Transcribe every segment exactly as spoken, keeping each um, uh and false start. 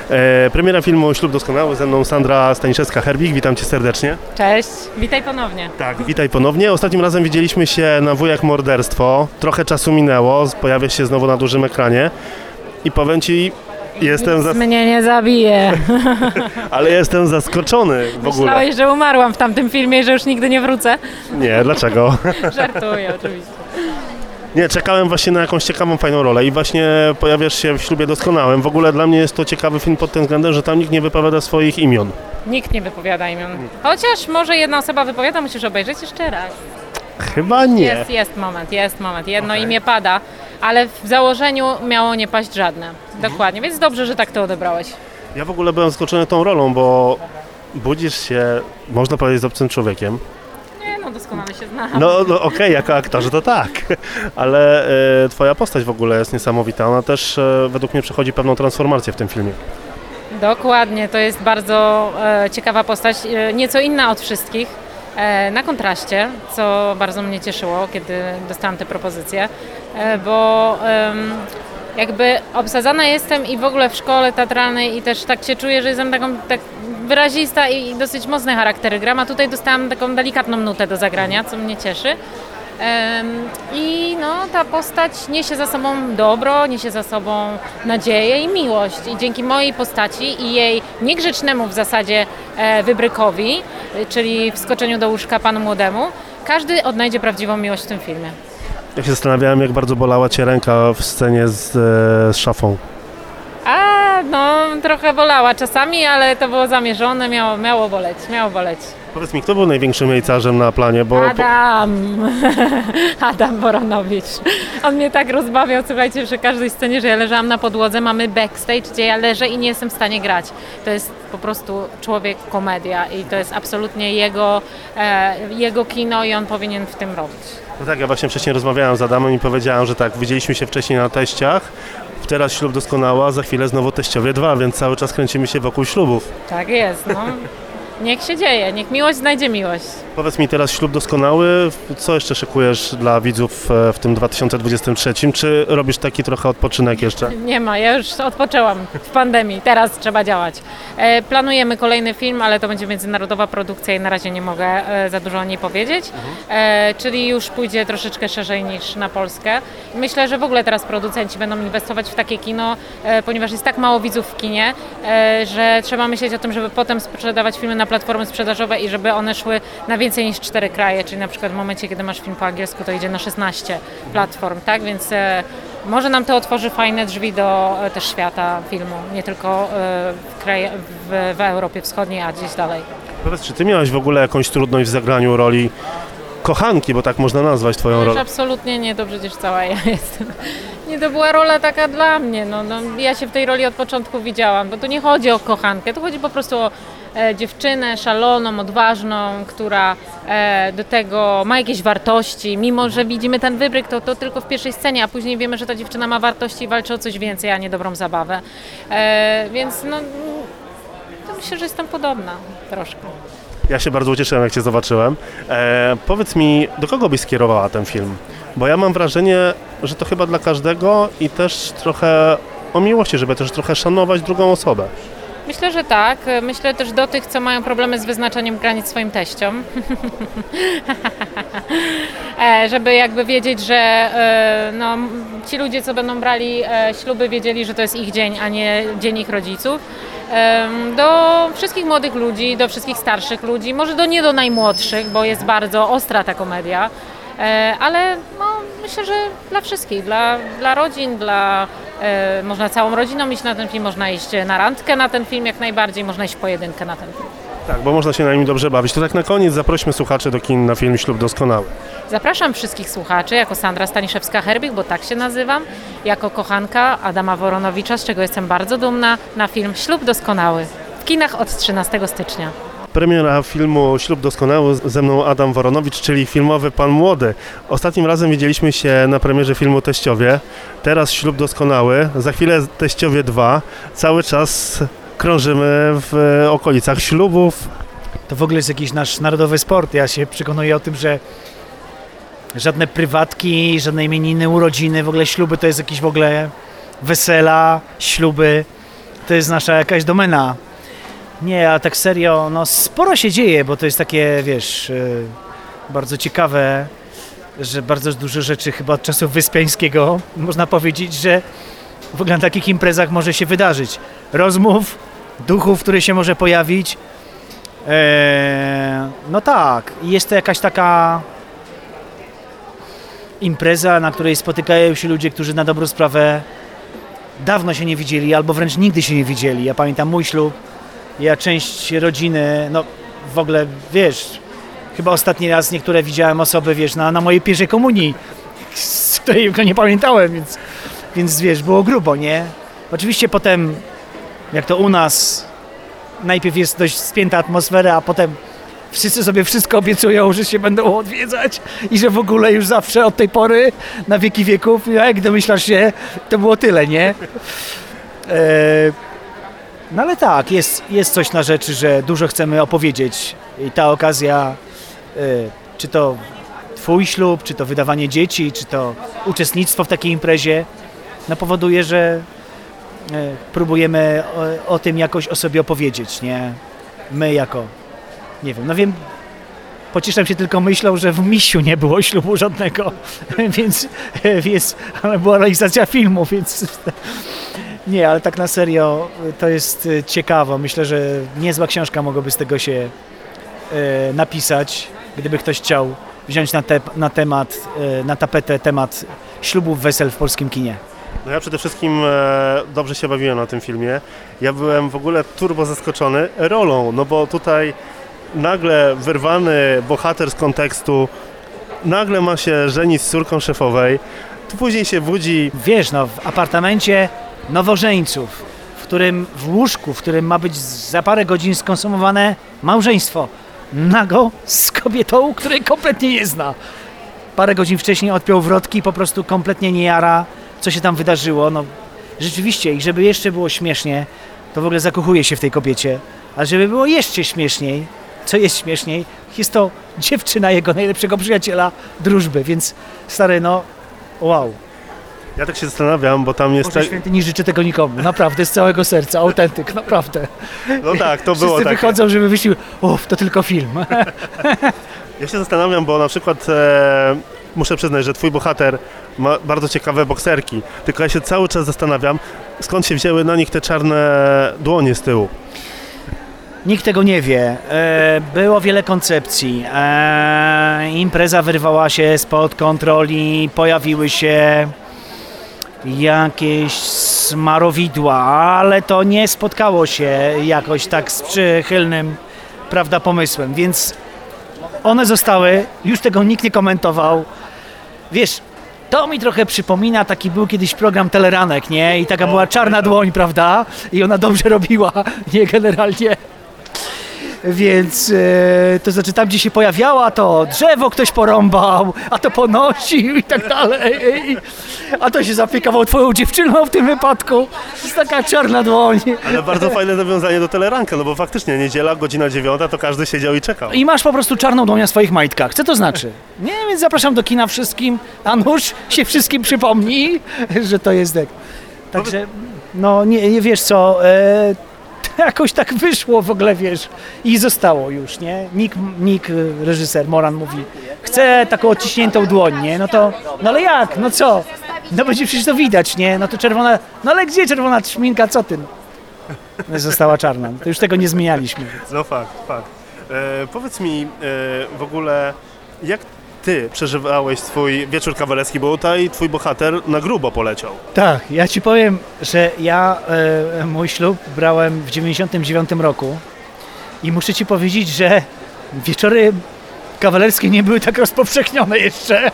E, premiera filmu Ślub doskonały, ze mną Sandra Staniszewska-Herbig, witam Cię serdecznie. Cześć, witaj ponownie. Tak, witaj ponownie. Ostatnim razem widzieliśmy się na Wujek Morderstwo, trochę czasu minęło, pojawiasz się znowu na dużym ekranie i powiem Ci, jestem Nic zas... mnie nie zabije. ale jestem zaskoczony w ogóle. Myślałeś, że umarłam w tamtym filmie i że już nigdy nie wrócę? Nie, dlaczego? Żartuję oczywiście. Nie, czekałem właśnie na jakąś ciekawą, fajną rolę i właśnie pojawiasz się w Ślubie doskonałym. W ogóle dla mnie jest to ciekawy film pod tym względem, że tam nikt nie wypowiada swoich imion. Nikt nie wypowiada imion. Chociaż może jedna osoba wypowiada, musisz obejrzeć jeszcze raz. Chyba nie. Jest, jest moment, jest moment. Jedno Okej. imię pada, ale w założeniu miało nie paść żadne. Dokładnie, więc dobrze, że tak to odebrałeś. Ja w ogóle byłem zaskoczony tą rolą, bo budzisz się, można powiedzieć, z obcym człowiekiem. Nie, no doskonale się znam. No, no okej, jako aktorze to tak, ale e, twoja postać w ogóle jest niesamowita. Ona też e, według mnie przechodzi pewną transformację w tym filmie. Dokładnie, to jest bardzo e, ciekawa postać, e, nieco inna od wszystkich, e, na kontraście, co bardzo mnie cieszyło, kiedy dostałam te propozycje, e, bo em, jakby obsadzana jestem i w ogóle w szkole teatralnej i też tak się czuję, że jestem taką tak wyrazista i, i dosyć mocne charaktery gram, a tutaj dostałam taką delikatną nutę do zagrania, co mnie cieszy. Em, I no, ta postać niesie za sobą dobro, niesie za sobą nadzieję i miłość. I dzięki mojej postaci i jej niegrzecznemu w zasadzie e, wybrykowi, e, czyli wskoczeniu do łóżka panu młodemu, każdy odnajdzie prawdziwą miłość w tym filmie. Ja się zastanawiałem, jak bardzo bolała Cię ręka w scenie z, e, z szafą. A, no trochę bolała czasami, ale to było zamierzone, miało, miało boleć, miało boleć. Powiedz mi, kto był największym jejcarzem na planie? Bo po... Adam, Adam Woronowicz. On mnie tak rozbawiał, słuchajcie, że każdej scenie, że ja leżałam na podłodze, mamy backstage, gdzie ja leżę i nie jestem w stanie grać. To jest po prostu człowiek komedia i to jest absolutnie jego, e, jego kino i on powinien w tym robić. No tak, ja właśnie wcześniej rozmawiałem z Adamem i powiedziałem, że tak, widzieliśmy się wcześniej na teściach, teraz Ślub doskonały, a za chwilę znowu Teściowie dwa, więc cały czas kręcimy się wokół ślubów. Tak jest, no. Niech się dzieje, niech miłość znajdzie miłość. Powiedz mi teraz Ślub doskonały, co jeszcze szykujesz dla widzów w tym dwa tysiące dwudziestym trzecim? Czy robisz taki trochę odpoczynek jeszcze? Nie ma, ja już odpoczęłam w pandemii, teraz trzeba działać. E, planujemy kolejny film, ale to będzie międzynarodowa produkcja i na razie nie mogę e, za dużo o niej powiedzieć, e, czyli już pójdzie troszeczkę szerzej niż na Polskę. Myślę, że w ogóle teraz producenci będą inwestować w takie kino, e, ponieważ jest tak mało widzów w kinie, e, że trzeba myśleć o tym, żeby potem sprzedawać filmy na platformy sprzedażowe i żeby one szły na więcej niż cztery kraje, czyli na przykład w momencie, kiedy masz film po angielsku, to idzie na szesnaście platform, tak? Więc e, może nam to otworzy fajne drzwi do e, też świata filmu, nie tylko e, w, kraj, w, w Europie Wschodniej, a gdzieś dalej. Powiedz, czy ty miałaś w ogóle jakąś trudność w zagraniu roli kochanki, bo tak można nazwać twoją Już rolę? absolutnie nie, to przecież cała ja jestem. Nie, to była rola taka dla mnie, no, no, ja się w tej roli od początku widziałam, bo tu nie chodzi o kochankę, tu chodzi po prostu o e, dziewczynę szaloną, odważną, która e, do tego ma jakieś wartości, mimo że widzimy ten wybryk, to, to tylko w pierwszej scenie, a później wiemy, że ta dziewczyna ma wartości i walczy o coś więcej, a nie dobrą zabawę. E, więc no, to myślę, że jestem podobna troszkę. Ja się bardzo ucieszyłem, jak Cię zobaczyłem. E, powiedz mi, do kogo byś skierowała ten film? Bo ja mam wrażenie, że to chyba dla każdego i też trochę o miłości, żeby też trochę szanować drugą osobę. Myślę, że tak. Myślę też do tych, co mają problemy z wyznaczaniem granic swoim teściom. e, żeby jakby wiedzieć, że e, no, ci ludzie, co będą brali e, śluby, wiedzieli, że to jest ich dzień, a nie dzień ich rodziców. E, do wszystkich młodych ludzi, do wszystkich starszych ludzi, może do nie do najmłodszych, bo jest bardzo ostra ta komedia. E, ale no, myślę, że dla wszystkich, dla, dla rodzin, dla e, można całą rodziną iść na ten film, można iść na randkę na ten film jak najbardziej, można iść w pojedynkę na ten film. Tak, bo można się na nim dobrze bawić. To tak na koniec zaprośmy słuchaczy do kin na film Ślub doskonały. Zapraszam wszystkich słuchaczy jako Sandra Staniszewska-Herbig, bo tak się nazywam, jako kochanka Adama Woronowicza, z czego jestem bardzo dumna, na film Ślub doskonały w kinach od trzynastego stycznia. Premiera filmu Ślub doskonały, ze mną Adam Woronowicz, czyli filmowy pan młody. Ostatnim razem widzieliśmy się na premierze filmu Teściowie, teraz Ślub doskonały, za chwilę Teściowie dwa. Cały czas krążymy w okolicach ślubów. To w ogóle jest jakiś nasz narodowy sport. Ja się przekonuję o tym, że żadne prywatki, żadne imieniny, urodziny, w ogóle śluby to jest jakieś w ogóle wesela, śluby. to jest nasza jakaś domena. Nie, a tak serio, no sporo się dzieje, bo to jest takie, wiesz, yy, bardzo ciekawe, że bardzo dużo rzeczy chyba od czasów Wyspiańskiego można powiedzieć, że w ogóle na takich imprezach może się wydarzyć. Rozmów, duchów, który się może pojawić. Eee, no tak, jest to jakaś taka impreza, na której spotykają się ludzie, którzy na dobrą sprawę dawno się nie widzieli, albo wręcz nigdy się nie widzieli. Ja pamiętam mój ślub, ja część rodziny, no w ogóle, wiesz, chyba ostatni raz niektóre widziałem osoby, wiesz, na, na mojej pierwszej komunii, z której nie pamiętałem, więc, więc wiesz, było grubo, nie? Oczywiście potem, jak to u nas, najpierw jest dość spięta atmosfera, a potem wszyscy sobie wszystko obiecują, że się będą odwiedzać i że w ogóle już zawsze od tej pory, na wieki wieków, jak domyślasz się, to było tyle, nie? E, no ale tak, jest, jest coś na rzeczy, że dużo chcemy opowiedzieć i ta okazja, e, czy to twój ślub, czy to wydawanie dzieci, czy to uczestnictwo w takiej imprezie, no powoduje, że e, próbujemy o, o tym jakoś o sobie opowiedzieć, nie? My jako, nie wiem, no wiem, pocieszam się tylko myślą, że w Misiu nie było ślubu żadnego, więc, więc ale była realizacja filmu, więc nie, ale tak na serio to jest ciekawe. Myślę, że niezła książka mogłaby z tego się e, napisać, gdyby ktoś chciał wziąć na, te, na temat, e, na tapetę temat ślubów, wesel w polskim kinie. No ja przede wszystkim e, dobrze się bawiłem na tym filmie. Ja byłem w ogóle turbo zaskoczony rolą, no bo tutaj nagle wyrwany bohater z kontekstu, nagle ma się żenić z córką szefowej, tu później się budzi... Wiesz, no w apartamencie nowożeńców, w którym, w łóżku, w którym ma być za parę godzin skonsumowane małżeństwo, nago z kobietą, której kompletnie nie zna. Parę godzin wcześniej odpiął wrotki i po prostu kompletnie nie jara, co się tam wydarzyło. No rzeczywiście, i żeby jeszcze było śmiesznie, to w ogóle zakochuje się w tej kobiecie, a żeby było jeszcze śmieszniej, co jest śmieszniej, jest to dziewczyna jego najlepszego przyjaciela drużby, więc stary, no wow. Ja tak się zastanawiam, bo tam jest... Boże tak... Święty, nie życzę tego nikomu, naprawdę, z całego serca, autentyk, naprawdę. No tak, to było Wszyscy takie. wychodzą, żeby wyszli, uff, to tylko film. Ja się zastanawiam, bo na przykład e, muszę przyznać, że twój bohater ma bardzo ciekawe bokserki, tylko ja się cały czas zastanawiam, skąd się wzięły na nich te czarne dłonie z tyłu. Nikt tego nie wie. E, było wiele koncepcji. E, impreza wyrwała się spod kontroli, pojawiły się jakieś smarowidła, ale to nie spotkało się jakoś tak z przychylnym, prawda, pomysłem, więc one zostały, już tego nikt nie komentował. Wiesz, to mi trochę przypomina, taki był kiedyś program Teleranek, nie? I taka była czarna dłoń, prawda? I ona dobrze robiła, nie generalnie. Więc e, to znaczy tam, gdzie się pojawiała, to drzewo ktoś porąbał, a to ponosił i tak dalej. A to się zapiekawał twoją dziewczyną w tym wypadku. To jest taka czarna dłoń. Ale bardzo fajne nawiązanie do Teleranka, no bo faktycznie niedziela, godzina dziewiąta, to każdy siedział i czekał. I masz po prostu czarną dłoń na swoich majtkach. Co to znaczy? Nie, więc zapraszam do kina wszystkim, a nuż się wszystkim przypomni, że to jest tak. Także, no nie, nie wiesz co... E, jakoś tak wyszło w ogóle, wiesz, i zostało już, nie? Nick, Nick, reżyser Moran mówi, chcę taką odciśniętą dłoń, nie? No to, no ale jak, no co? No będzie przecież to widać, nie? No to czerwona, no ale gdzie czerwona szminka, co ty? No została czarna, to już tego nie zmienialiśmy. No fakt, fakt. E, powiedz mi e, w ogóle, jak ty przeżywałeś swój wieczór kawalerski, bo tutaj twój bohater na grubo poleciał. Tak, ja ci powiem, że ja e, mój ślub brałem w dziewięćdziesiątym dziewiątym roku i muszę ci powiedzieć, że wieczory kawalerskie nie były tak rozpowszechnione jeszcze.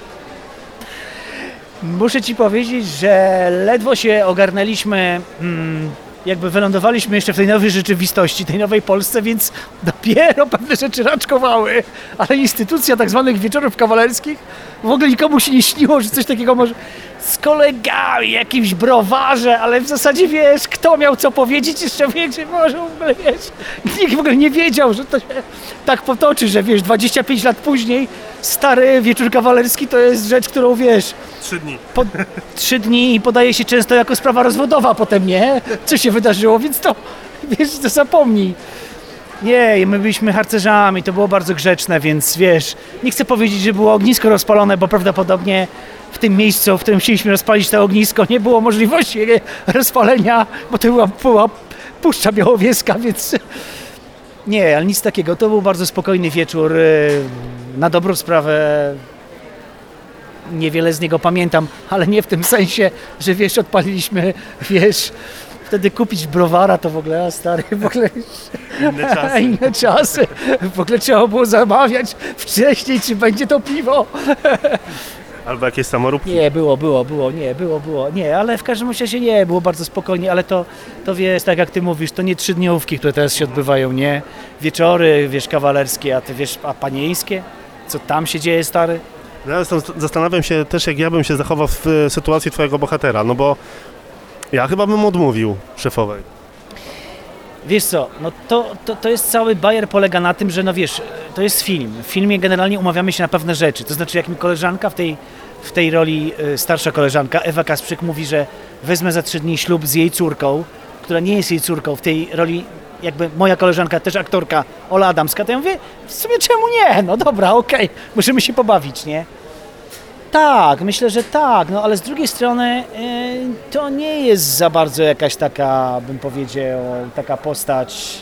Muszę ci powiedzieć, że ledwo się ogarnęliśmy, mm, jakby wylądowaliśmy jeszcze w tej nowej rzeczywistości, tej nowej Polsce, więc dopiero pewne rzeczy raczkowały, ale instytucja tak zwanych wieczorów kawalerskich w ogóle nikomu się nie śniło, że coś takiego może... z kolegami, jakimś browarze, ale w zasadzie wiesz, kto miał co powiedzieć, jeszcze większy, może w ogóle wiesz, nikt w ogóle nie wiedział, że to się tak potoczy, że wiesz, dwadzieścia pięć lat później stary wieczór kawalerski to jest rzecz, którą wiesz, Trzy dni. po trzy dni podaje się często jako sprawa rozwodowa potem, nie? Co się wydarzyło, więc to, wiesz, to zapomnij. Nie, my byliśmy harcerzami, to było bardzo grzeczne, więc wiesz, nie chcę powiedzieć, że było ognisko rozpalone, bo prawdopodobnie w tym miejscu, w którym chcieliśmy rozpalić to ognisko, nie było możliwości rozpalenia, bo to była, była Puszcza Białowieska, więc nie, ale nic takiego. To był bardzo spokojny wieczór, na dobrą sprawę. Niewiele z niego pamiętam, ale nie w tym sensie, że wiesz, odpaliliśmy, wiesz, wtedy kupić browara to w ogóle, a stary, w ogóle Inne czasy. inne czasy. W ogóle trzeba było zamawiać wcześniej, czy będzie to piwo. Albo jakieś samoróbki. Nie, było, było, było, nie, było, było, nie, ale w każdym razie nie, było bardzo spokojnie, ale to, to wiesz, tak jak ty mówisz, to nie trzydniówki, które teraz się odbywają, nie, wieczory, wiesz, kawalerskie, a ty wiesz, a panieńskie, co tam się dzieje, stary? Ja zastanawiam się też, jak ja bym się zachował w e, sytuacji twojego bohatera, no bo ja chyba bym odmówił szefowej. Wiesz co, no to, to, to jest cały bajer polega na tym, że no wiesz, to jest film. W filmie generalnie umawiamy się na pewne rzeczy. To znaczy jak mi koleżanka w tej, w tej roli, y, starsza koleżanka, Ewa Kasprzyk mówi, że wezmę za trzy dni ślub z jej córką, która nie jest jej córką, w tej roli jakby moja koleżanka, też aktorka Ola Adamska, to ja mówię, w sumie czemu nie? No dobra, okej, okay, możemy się pobawić, nie? Tak, myślę, że tak, no ale z drugiej strony y, to nie jest za bardzo jakaś taka, bym powiedział, taka postać.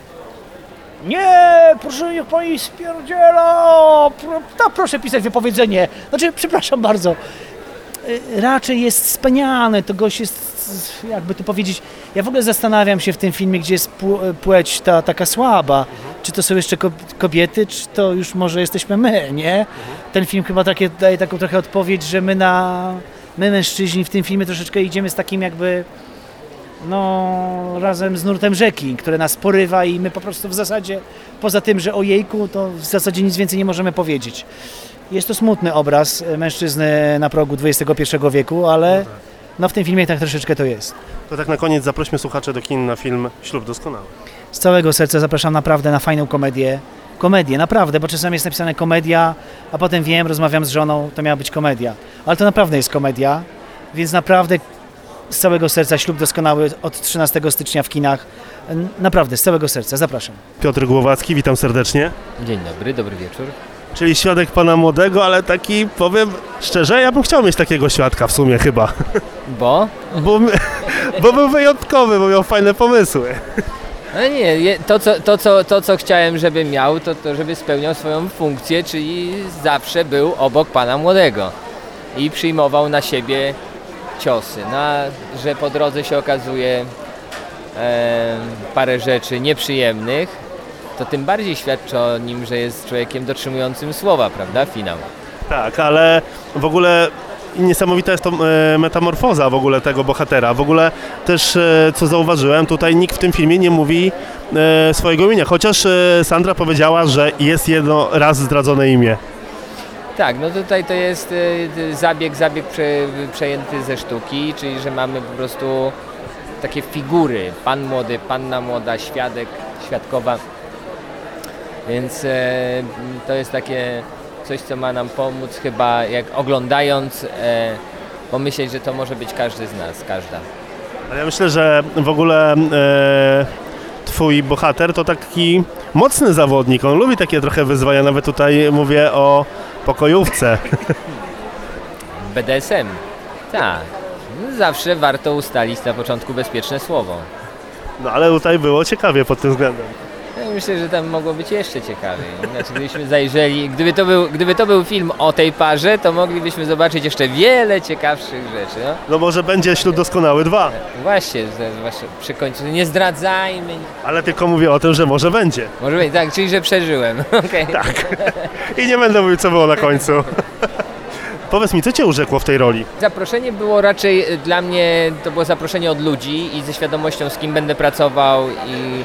Nie, proszę, niech pani spierdziela, Pro, tak, proszę pisać wypowiedzenie. Znaczy, przepraszam bardzo, y, raczej jest wspaniany, to gość jest, jakby to powiedzieć, ja w ogóle zastanawiam się w tym filmie, gdzie jest płeć ta taka słaba. Czy to są jeszcze kobiety, czy to już może jesteśmy my, nie? Ten film chyba takie, daje taką trochę odpowiedź, że my na, my mężczyźni w tym filmie troszeczkę idziemy z takim jakby, no razem z nurtem rzeki, które nas porywa i my po prostu w zasadzie, poza tym, że o jejku, to w zasadzie nic więcej nie możemy powiedzieć. Jest to smutny obraz mężczyzny na progu dwudziestego pierwszego wieku, ale no w tym filmie tak troszeczkę to jest. To tak na koniec zaprośmy słuchaczy do kin na film Ślub doskonały. Z całego serca zapraszam naprawdę na fajną komedię. Komedię, naprawdę, bo czasami jest napisane komedia, a potem wiem, rozmawiam z żoną, to miała być komedia. Ale to naprawdę jest komedia, więc naprawdę z całego serca Ślub doskonały od trzynastego stycznia w kinach. Naprawdę, z całego serca, zapraszam. Piotr Głowacki, witam serdecznie. Dzień dobry, dobry wieczór. Czyli świadek pana młodego, ale taki, powiem szczerze, ja bym chciał mieć takiego świadka w sumie chyba. Bo? Bo, bo był wyjątkowy, bo miał fajne pomysły. No nie, to co, to, co, to co chciałem, żeby miał, to to, żeby spełniał swoją funkcję, czyli zawsze był obok pana młodego i przyjmował na siebie ciosy. Na, że po drodze się okazuje e, parę rzeczy nieprzyjemnych, to tym bardziej świadczy o nim, że jest człowiekiem dotrzymującym słowa, prawda, finał. Tak, ale w ogóle niesamowita jest to e, metamorfoza w ogóle tego bohatera. W ogóle też, e, co zauważyłem, tutaj nikt w tym filmie nie mówi e, swojego imienia, chociaż e, Sandra powiedziała, że jest jedno raz zdradzone imię. Tak, no tutaj to jest e, zabieg, zabieg prze, przejęty ze sztuki, czyli że mamy po prostu takie figury, pan młody, panna młoda, świadek, świadkowa. Więc e, to jest takie coś, co ma nam pomóc chyba, jak oglądając, e, pomyśleć, że to może być każdy z nas, każda. Ale ja myślę, że w ogóle e, twój bohater to taki mocny zawodnik. On lubi takie trochę wyzwania, nawet tutaj mówię o pokojówce. B D S M, tak. Zawsze warto ustalić na początku bezpieczne słowo. No ale tutaj było ciekawie pod tym względem. Ja myślę, że tam mogło być jeszcze ciekawiej. Znaczy, gdybyśmy zajrzeli, gdyby to, był, gdyby to był film o tej parze, to moglibyśmy zobaczyć jeszcze wiele ciekawszych rzeczy. No, No może będzie Ślub doskonały dwa. właśnie, zwłaszcza przy końcu, nie zdradzajmy. Ale tylko mówię o tym, że może będzie. Może być, tak, czyli że przeżyłem. Okay. Tak. I nie będę mówił, co było na końcu. Powiedz mi, co cię urzekło w tej roli? Zaproszenie było raczej dla mnie, to było zaproszenie od ludzi i ze świadomością, z kim będę pracował i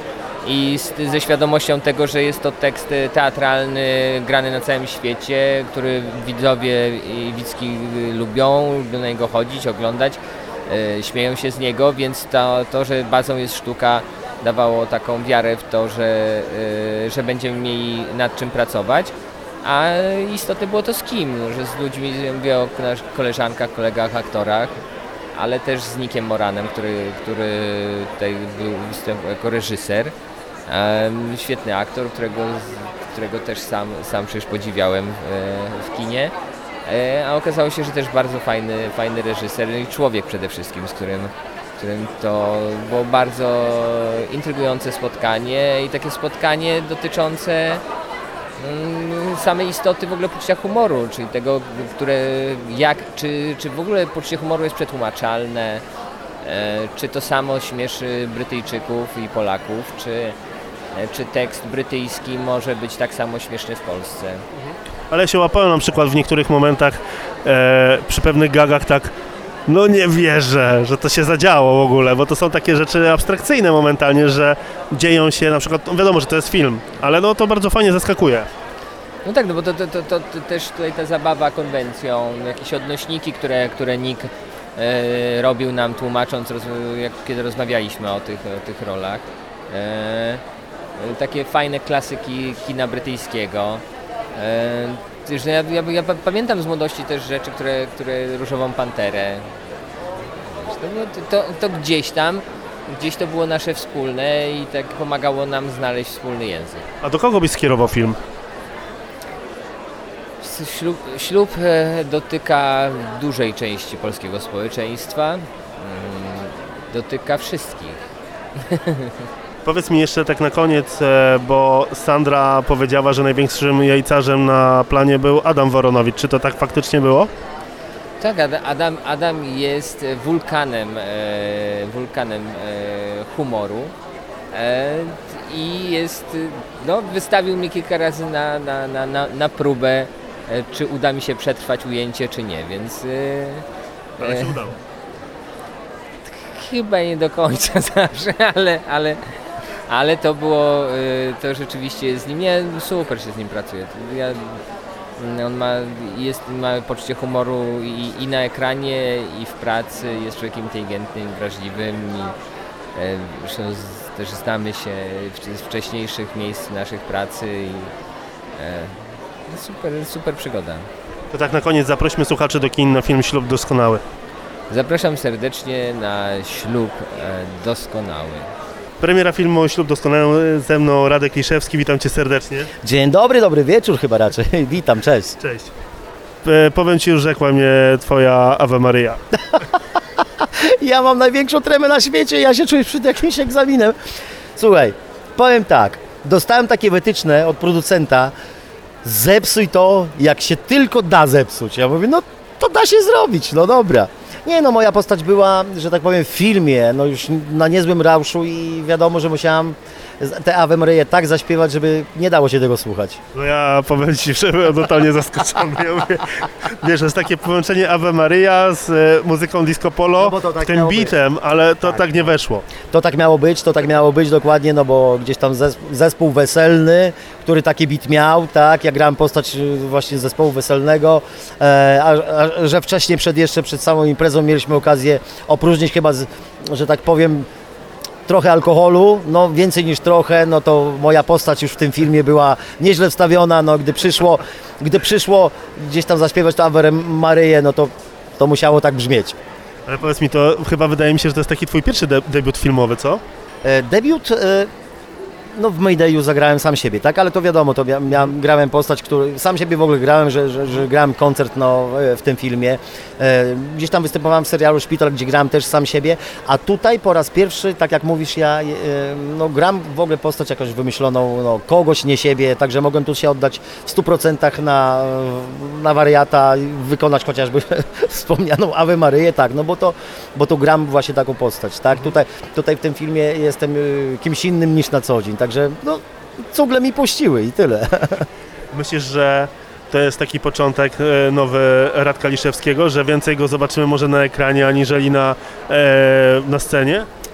i z, ze świadomością tego, że jest to tekst teatralny, grany na całym świecie, który widzowie i widzki lubią, lubią na niego chodzić, oglądać, e, śmieją się z niego, więc to, to, że bazą jest sztuka, dawało taką wiarę w to, że, e, że będziemy mieli nad czym pracować. A istotne było to z kim, że z ludźmi, mówię o koleżankach, kolegach, aktorach, ale też z Nickiem Moranem, który, który tutaj był występował jako reżyser. Um, świetny aktor, którego, którego też sam, sam przecież podziwiałem w, w kinie. E, a okazało się, że też bardzo fajny, fajny reżyser i człowiek przede wszystkim, z którym, którym to było bardzo intrygujące spotkanie i takie spotkanie dotyczące samej istoty w ogóle poczucia humoru, czyli tego, które jak, czy, czy w ogóle poczucie humoru jest przetłumaczalne, e, czy to samo śmieszy Brytyjczyków i Polaków, czy, e, czy tekst brytyjski może być tak samo śmieszny w Polsce. Ale się łapałem na przykład w niektórych momentach e, przy pewnych gagach tak, no nie wierzę, że to się zadziało w ogóle, bo to są takie rzeczy abstrakcyjne momentalnie, że dzieją się na przykład, no wiadomo, że to jest film, ale no to bardzo fajnie zaskakuje. No tak, no bo to, to, to, to, to też tutaj ta zabawa konwencją, jakieś odnośniki, które, które Nick e, robił nam tłumacząc, roz, jak, kiedy rozmawialiśmy o tych, o tych rolach. E, takie fajne klasyki kina brytyjskiego. E, że ja, ja, ja pamiętam z młodości też rzeczy, które, które Różową Panterę. To, to, to gdzieś tam, gdzieś to było nasze wspólne i tak pomagało nam znaleźć wspólny język. A do kogo byś skierował film? Ślub, ślub dotyka dużej części polskiego społeczeństwa, dotyka wszystkich. Powiedz mi jeszcze tak na koniec, bo Sandra powiedziała, że największym jajcarzem na planie był Adam Woronowicz. Czy to tak faktycznie było? Tak, Adam, Adam jest wulkanem, wulkanem humoru i jest, no, wystawił mnie kilka razy na, na, na, na, na próbę, czy uda mi się przetrwać ujęcie, czy nie, więc... Ale się udało. Chyba nie do końca zawsze, ale, ale, ale to było, to rzeczywiście z nim, nie, super się z nim pracuje. Ja, on ma, jest, ma poczucie humoru i, i na ekranie, i w pracy, jest człowiekiem inteligentnym, wrażliwym i zresztą z, też znamy się z wcześniejszych miejsc naszych pracy i e, super, super przygoda. To tak na koniec zaprośmy słuchaczy do kin na film Ślub Doskonały. Zapraszam serdecznie na Ślub Doskonały. Premiera filmu Ślub Doskonały, ze mną Radek Liszewski, witam Cię serdecznie. Dzień dobry, dobry wieczór chyba raczej. Witam, cześć. Cześć. E, powiem Ci, już rzekła mnie Twoja Ave Maria. Ja mam największą tremę na świecie, ja się czuję przed jakimś egzaminem. Słuchaj, powiem tak, dostałem takie wytyczne od producenta, zepsuj to, jak się tylko da zepsuć. Ja mówię, no to da się zrobić, no dobra. Nie no, moja postać była, że tak powiem, w filmie, no już na niezłym rauszu i wiadomo, że musiałam te Ave Maryję tak zaśpiewać, żeby nie dało się tego słuchać. No ja powiem Ci, że byłem totalnie zaskoczony. Ja mówię, wiesz, to jest takie połączenie Ave Maria z e, muzyką disco polo, No bo to tak tym miało być. beatem, ale to tak. Tak. nie weszło. To tak miało być, to tak miało być dokładnie, no bo gdzieś tam zes- zespół weselny, który taki beat miał, tak, ja grałem postać y, właśnie z zespołu weselnego, e, a, a że wcześniej przed jeszcze przed samą imprezą mieliśmy okazję opróżnić chyba, z, że tak powiem, trochę alkoholu, no więcej niż trochę, no to moja postać już w tym filmie była nieźle wstawiona, no gdy przyszło, gdy przyszło gdzieś tam zaśpiewać to Ave Maryję, no to, to musiało tak brzmieć. Ale powiedz mi, to chyba wydaje mi się, że to jest taki Twój pierwszy de- debiut filmowy, co? E, debiut, e, no w Maydayu zagrałem sam siebie, tak, ale to wiadomo, to mia, mia, grałem postać, który, sam siebie w ogóle grałem, że, że, że grałem koncert no, w tym filmie. E, gdzieś tam występowałem w serialu Szpital, gdzie grałem też sam siebie, a tutaj po raz pierwszy, tak jak mówisz, ja e, no, gram w ogóle postać jakoś wymyśloną, no, kogoś, nie siebie, także mogłem tu się oddać w stu procentach na, na wariata i wykonać chociażby wspomnianą Ave Maryję, tak, no bo to, bo tu gram właśnie taką postać, tak, tutaj, tutaj w tym filmie jestem y, kimś innym niż na co dzień. Także no, cugle mi puściły i tyle. Myślisz, że to jest taki początek e, nowy Radka Liszewskiego, że więcej go zobaczymy może na ekranie aniżeli na, e, na scenie?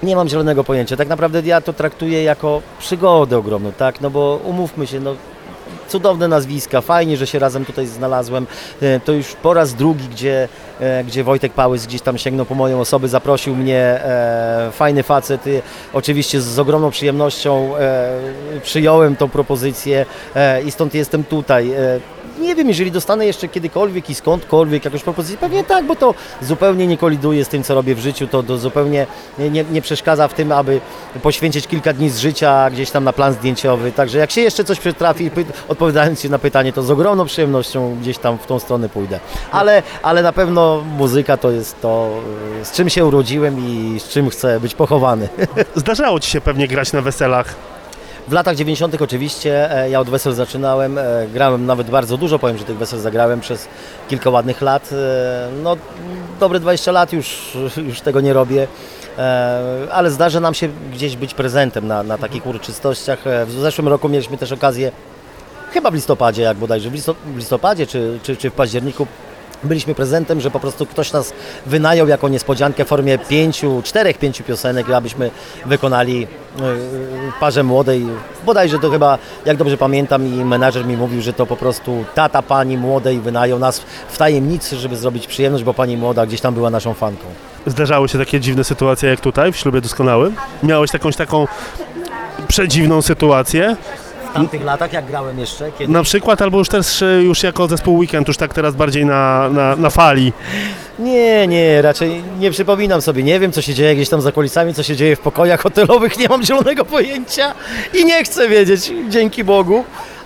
Nie mam zielonego pojęcia. Tak naprawdę ja to traktuję jako przygodę ogromną, tak? No bo umówmy się, no cudowne nazwiska, fajnie, że się razem tutaj znalazłem. E, To już po raz drugi, gdzie, e, gdzie Wojtek Pałys gdzieś tam sięgnął po moją osobę, zaprosił mnie, e, fajny facet. E, Oczywiście z ogromną przyjemnością e, przyjąłem tą propozycję e, i stąd jestem tutaj. E, Nie wiem, jeżeli dostanę jeszcze kiedykolwiek i skądkolwiek jakąś propozycję, pewnie tak, bo to zupełnie nie koliduje z tym, co robię w życiu, to, to zupełnie nie, nie przeszkadza w tym, aby poświęcić kilka dni z życia gdzieś tam na plan zdjęciowy. Także jak się jeszcze coś przytrafi, py- odpowiadając Ci na pytanie, to z ogromną przyjemnością gdzieś tam w tą stronę pójdę. Ale, ale na pewno muzyka to jest to, y, z czym się urodziłem i z czym chcę być pochowany. Zdarzało Ci się pewnie grać na weselach. W latach dziewięćdziesiątych oczywiście, e, ja od wesel zaczynałem, e, grałem nawet bardzo dużo, powiem, że tych wesel zagrałem przez kilka ładnych lat. E, No, dobre dwadzieścia lat już, już tego nie robię, e, ale zdarza nam się gdzieś być prezentem na, na takich uroczystościach. E, W zeszłym roku mieliśmy też okazję, chyba w listopadzie, jak bodajże, w listo- w listopadzie czy, czy, czy w październiku, byliśmy prezentem, że po prostu ktoś nas wynajął jako niespodziankę w formie pięciu, czterech, pięciu piosenek, abyśmy wykonali y, y, parze młodej. Bodajże to chyba, jak dobrze pamiętam, i menadżer mi mówił, że to po prostu tata pani młodej wynajął nas w tajemnicy, żeby zrobić przyjemność, bo pani młoda gdzieś tam była naszą fanką. Zdarzały się takie dziwne sytuacje jak tutaj, w ślubie doskonałym? Miałeś jakąś taką przedziwną sytuację? W tamtych latach, jak grałem jeszcze, kiedy... Na przykład, albo już też y, już jako zespół Weekend, już tak teraz bardziej na, na, na fali. Nie, nie, raczej nie przypominam sobie, nie wiem co się dzieje gdzieś tam za kulisami, co się dzieje w pokojach hotelowych, nie mam zielonego pojęcia i nie chcę wiedzieć, dzięki Bogu.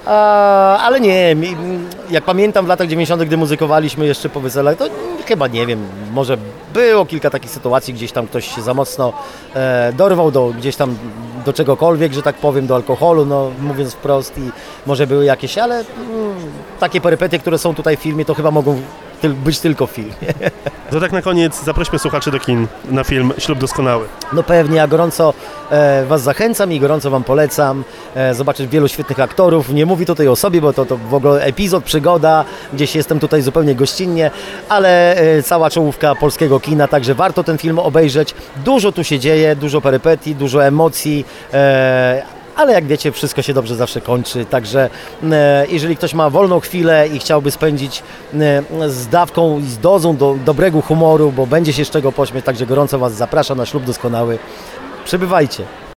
A, ale nie, mi, jak pamiętam w latach dziewięćdziesiątych, gdy muzykowaliśmy jeszcze po weselach, to chyba nie wiem, może było kilka takich sytuacji, gdzieś tam ktoś się za mocno e, dorwał do gdzieś tam do czegokolwiek, że tak powiem, do alkoholu, no mówiąc wprost, i może były jakieś, ale mm, takie perypetie, które są tutaj w filmie, to chyba mogą tyl- być tylko w filmie. To tak na koniec zaprośmy słuchaczy do kin na film Ślub doskonały. No pewnie, ja gorąco e, Was zachęcam i gorąco Wam polecam e, zobaczyć wielu świetnych aktorów. Nie mówię tutaj o sobie, bo to, to w ogóle epizod, przygoda, gdzieś jestem tutaj zupełnie gościnnie, ale e, cała czołówka polskiego kina, także warto ten film obejrzeć. Dużo tu się dzieje, dużo perypetii, dużo emocji, e, ale jak wiecie, wszystko się dobrze zawsze kończy, także e, jeżeli ktoś ma wolną chwilę i chciałby spędzić e, z dawką i z dozą do, dobrego humoru, bo będzie się z czego pośmiać, także gorąco Was zapraszam na Ślub doskonały. Przybywajcie.